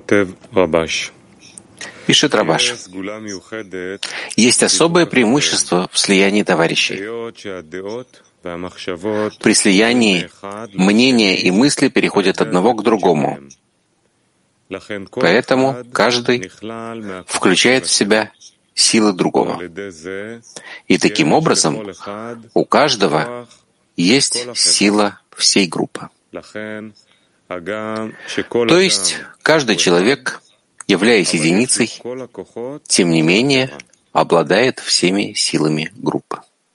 Пишет Рабаш. Есть особое преимущество в слиянии товарищей. При слиянии мнения и мысли переходят одного к другому. Поэтому каждый включает в себя силы другого. И таким образом у каждого есть сила всей группы. То есть каждый человек, являясь единицей, тем не менее обладает всеми силами группы.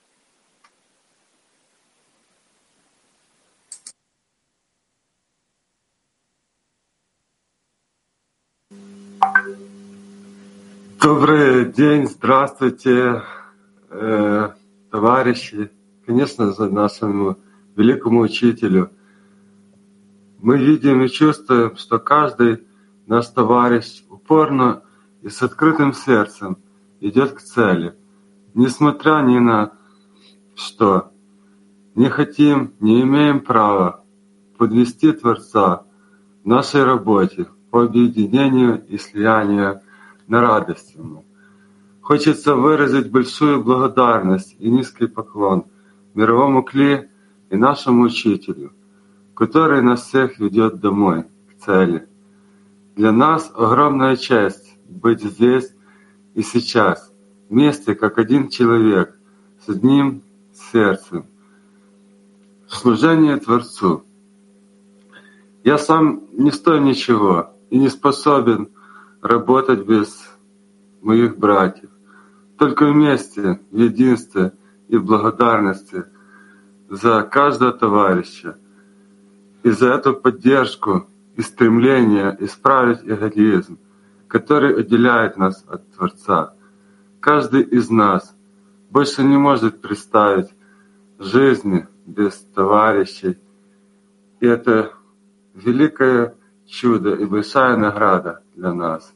Добрый день, здравствуйте, товарищи. Конечно, за нашему великому учителю. Мы видим и чувствуем, что каждый наш товарищ упорно и с открытым сердцем идет к цели. Несмотря ни на что, не хотим, не имеем права подвести Творца в нашей работе по объединению и слиянию на радость Ему. Хочется выразить большую благодарность и низкий поклон мировому Кли и нашему учителю, который нас всех ведет домой, к цели. Для нас огромная честь быть здесь и сейчас, вместе как один человек, с одним сердцем, в служении Творцу. Я сам не стою ничего и не способен работать без моих братьев. Только вместе, в единстве и в благодарности за каждого товарища и за эту поддержку и стремление исправить эгоизм, который отделяет нас от Творца. Каждый из нас больше не может представить жизни без товарищей. И это великое чудо и большая награда для нас.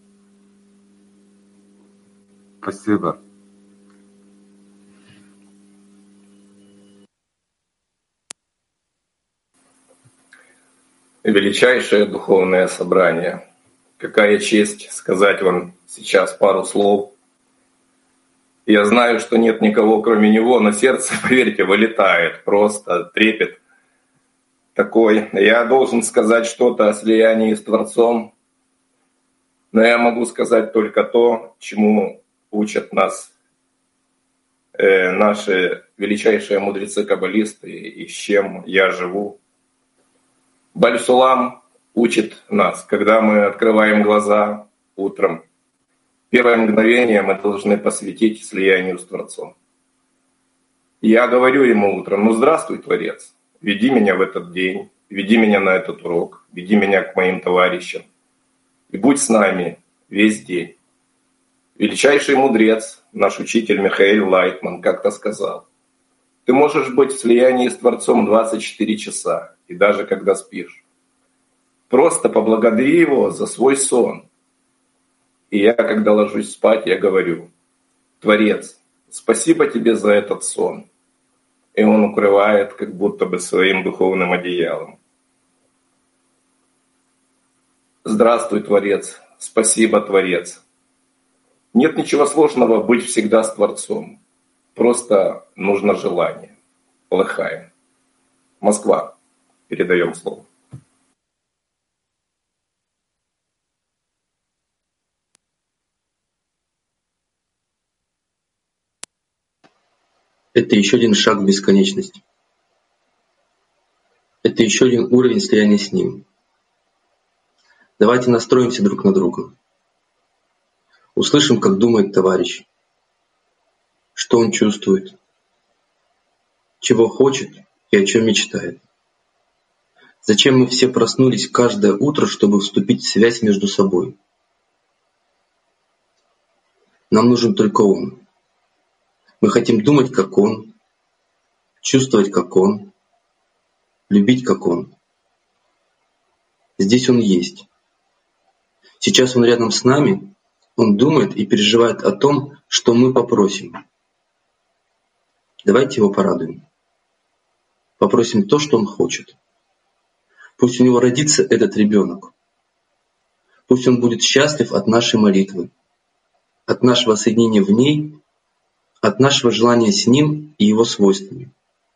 Спасибо. Величайшее духовное собрание. Какая честь сказать вам сейчас пару слов. Я знаю, что нет никого, кроме него, но сердце, поверьте, вылетает, просто трепет такой. Я должен сказать что-то о слиянии с Творцом, но я могу сказать только то, чему учат нас наши величайшие мудрецы-каббалисты и с чем я живу. Баль-Сулам учит нас, когда мы открываем глаза утром, первое мгновение мы должны посвятить слиянию с Творцом. Я говорю ему утром: ну здравствуй, Творец, веди меня в этот день, веди меня на этот урок, веди меня к моим товарищам и будь с нами весь день. Величайший мудрец, наш учитель Михаэль Лайтман, как-то сказал: ты можешь быть в слиянии с Творцом 24 часа, и даже когда спишь. Просто поблагодари Его за свой сон. И я, когда ложусь спать, я говорю: Творец, спасибо тебе за этот сон. И Он укрывает как будто бы своим духовным одеялом. Здравствуй, Творец, спасибо, Творец. Нет ничего сложного быть всегда с Творцом. Просто нужно желание. Лыхаем. Москва. Передаем слово. Это еще один шаг в бесконечность. Это еще один уровень слияния с Ним. Давайте настроимся друг на друга. Услышим, как думает товарищ, что он чувствует, чего хочет и о чем мечтает. Зачем мы все проснулись каждое утро, чтобы вступить в связь между собой? Нам нужен только Он. Мы хотим думать, как Он, чувствовать, как Он, любить, как Он. Здесь Он есть. Сейчас Он рядом с нами, Он думает и переживает о том, что мы попросим. Давайте Его порадуем. Попросим то, что Он хочет. Пусть у него родится этот ребенок. Пусть он будет счастлив от нашей молитвы, от нашего соединения в ней, от нашего желания с ним и его свойствами.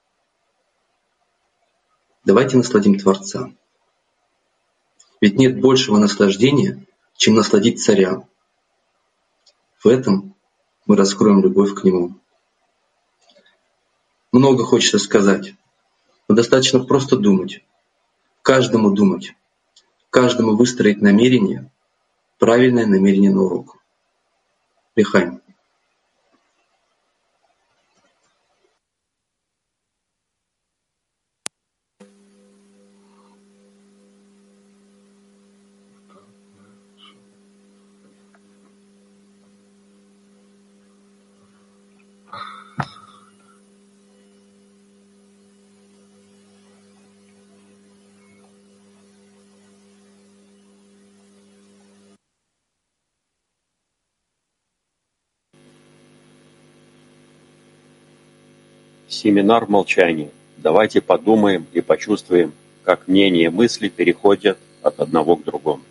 Давайте насладим Творца. Ведь нет большего наслаждения, чем насладить Царя. В этом мы раскроем любовь к Нему. Много хочется сказать, но достаточно просто думать. Каждому думать. Каждому выстроить намерение, правильное намерение на урок. Лихаим. Семинар молчания. Давайте подумаем и почувствуем, как мнения и мысли переходят от одного к другому.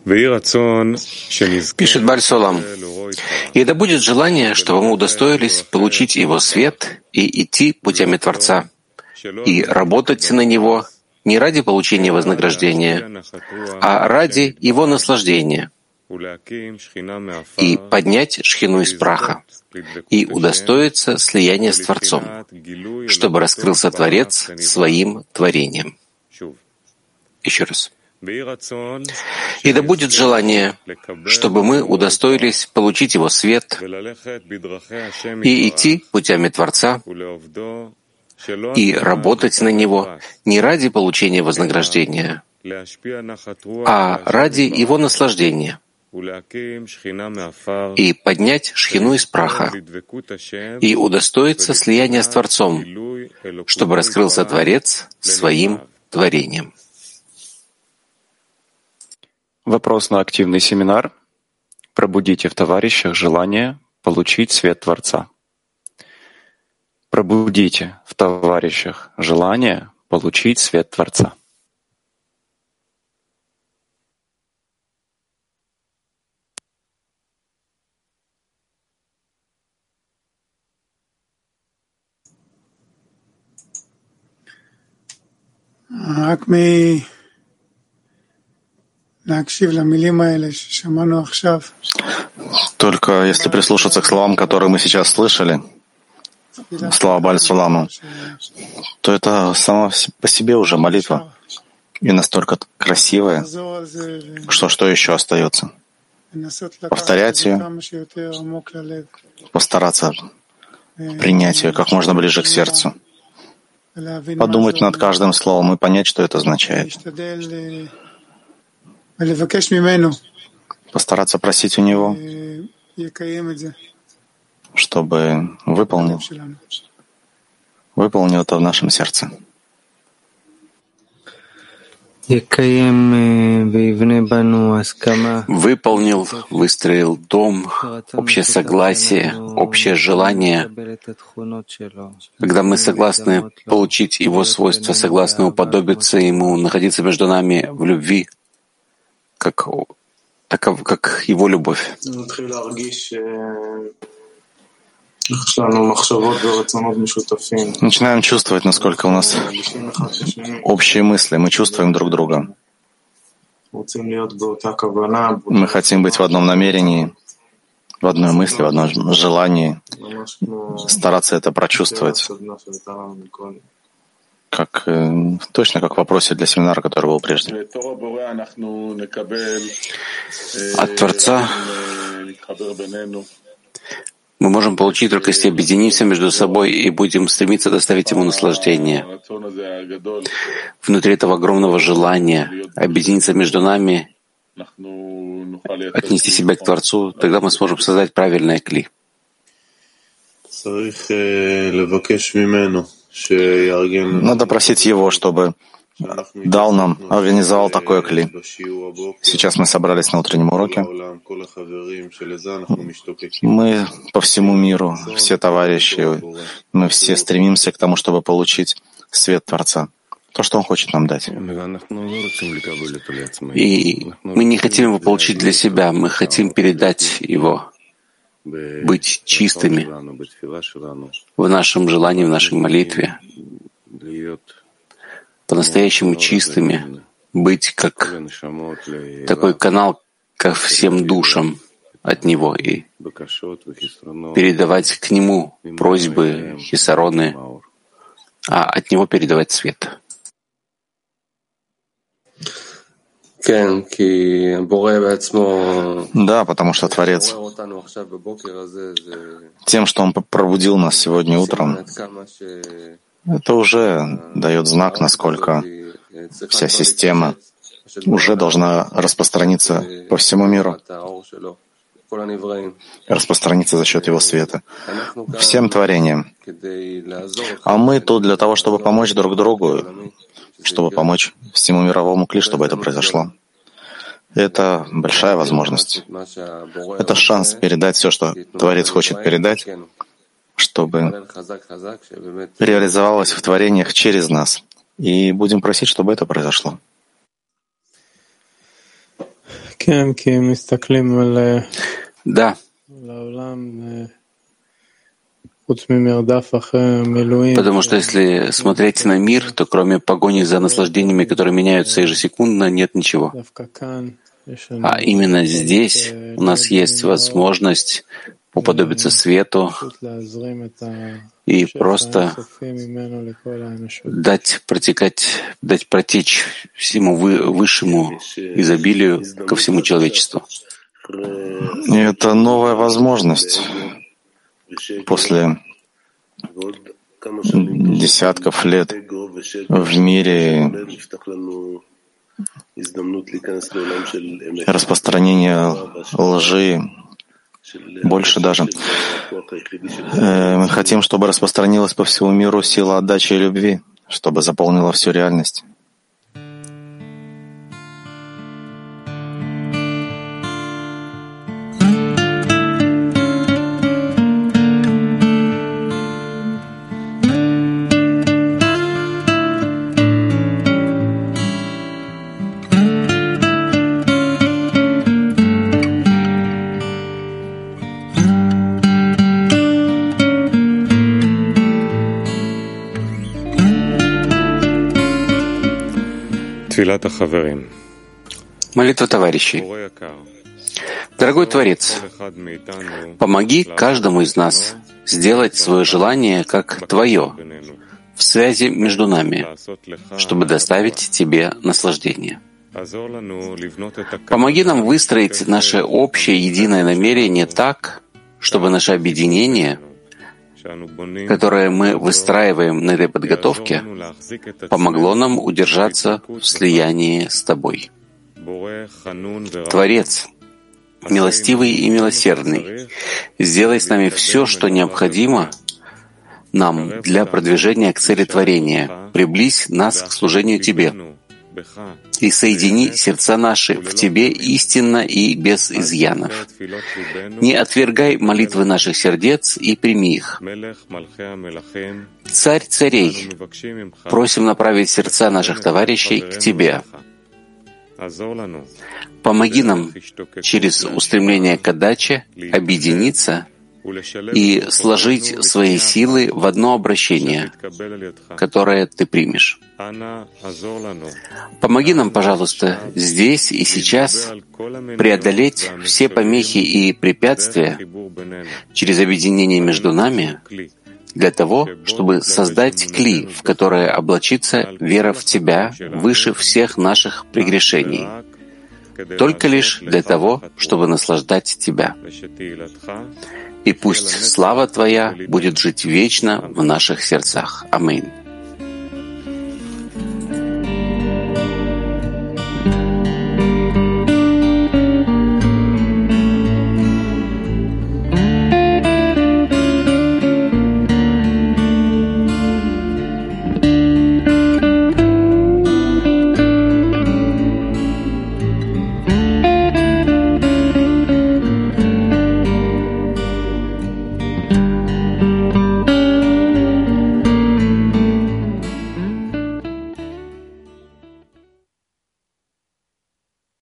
Пишет Бааль Солам. И да будет желание, чтобы мы удостоились получить его свет и идти путями Творца, и работать на него не ради получения вознаграждения, а ради его наслаждения, и поднять шхину из праха, и удостоиться слияния с Творцом, чтобы раскрылся Творец своим творением. Еще раз. И да будет желание, чтобы мы удостоились получить его свет и идти путями Творца, и работать на него не ради получения вознаграждения, а ради его наслаждения, и поднять шхину из праха, и удостоиться слияния с Творцом, чтобы раскрылся Творец своим творением. Вопрос на активный семинар. Пробудите в товарищах желание получить свет Творца. Пробудите в товарищах желание получить свет Творца. Только если прислушаться к словам, которые мы сейчас слышали, слова Бааль Суламу, то это сама по себе уже молитва. И настолько красивая, что еще остается? Повторять ее, постараться принять ее как можно ближе к сердцу, подумать над каждым словом и понять, что это означает. Постараться просить у него, чтобы выполнил это в нашем сердце. Выполнил, выстроил дом, общее согласие, общее желание, когда мы согласны получить его свойства, согласны уподобиться ему, находиться между нами в любви, как его любовь. Начинаем чувствовать, насколько у нас общие мысли. Мы чувствуем друг друга. Мы хотим быть в одном намерении, в одной мысли, в одном желании, стараться это прочувствовать, точно как в вопросе для семинара, который был прежде. От Творца мы можем получить только если объединимся между собой и будем стремиться доставить ему наслаждение. Внутри этого огромного желания объединиться между нами, отнести себя к Творцу, тогда мы сможем создать правильное кли. Надо просить его, чтобы дал нам, организовал такое кли. Сейчас мы собрались на утреннем уроке. Мы по всему миру, все товарищи, мы все стремимся к тому, чтобы получить свет Творца, то, что Он хочет нам дать. И мы не хотим его получить для себя, мы хотим передать его, быть чистыми в нашем желании, в нашей молитве, по-настоящему чистыми, быть как такой канал ко всем душам от Него и передавать к Нему просьбы, хисароны, а от Него передавать свет. Да, потому что Творец тем, что Он пробудил нас сегодня утром, это уже дает знак, насколько вся система уже должна распространиться по всему миру, распространиться за счет Его света, всем творениям. А мы тут для того, чтобы помочь друг другу, чтобы помочь всему мировому кли, чтобы это произошло. Это большая возможность. Это шанс передать все, что Творец хочет передать, чтобы реализовалось в творениях через нас. И будем просить, чтобы это произошло. Да, потому что если смотреть на мир, то кроме погони за наслаждениями, которые меняются ежесекундно, нет ничего. А именно здесь у нас есть возможность уподобиться свету и просто дать протечь всему высшему изобилию ко всему человечеству. И это новая возможность после десятков лет в мире распространения лжи, больше даже. Мы хотим, чтобы распространилась по всему миру сила отдачи и любви, чтобы заполнила всю реальность. Молитва товарищей. Дорогой Творец, помоги каждому из нас сделать свое желание как Твое в связи между нами, чтобы доставить Тебе наслаждение. Помоги нам выстроить наше общее единое намерение так, чтобы наше объединение, которое мы выстраиваем на этой подготовке, помогло нам удержаться в слиянии с Тобой. Творец, милостивый и милосердный, сделай с нами все, что необходимо нам для продвижения к цели творения. Приблизь нас к служению Тебе и соедини сердца наши в Тебе истинно и без изъянов. Не отвергай молитвы наших сердец и прими их. Царь царей, просим направить сердца наших товарищей к Тебе. Помоги нам через устремление к отдаче объединиться и сложить свои силы в одно обращение, которое Ты примешь. Помоги нам, пожалуйста, здесь и сейчас преодолеть все помехи и препятствия через объединение между нами для того, чтобы создать кли, в которое облачится вера в Тебя выше всех наших прегрешений, только лишь для того, чтобы наслаждать Тебя. И пусть слава Твоя будет жить вечно в наших сердцах. Аминь.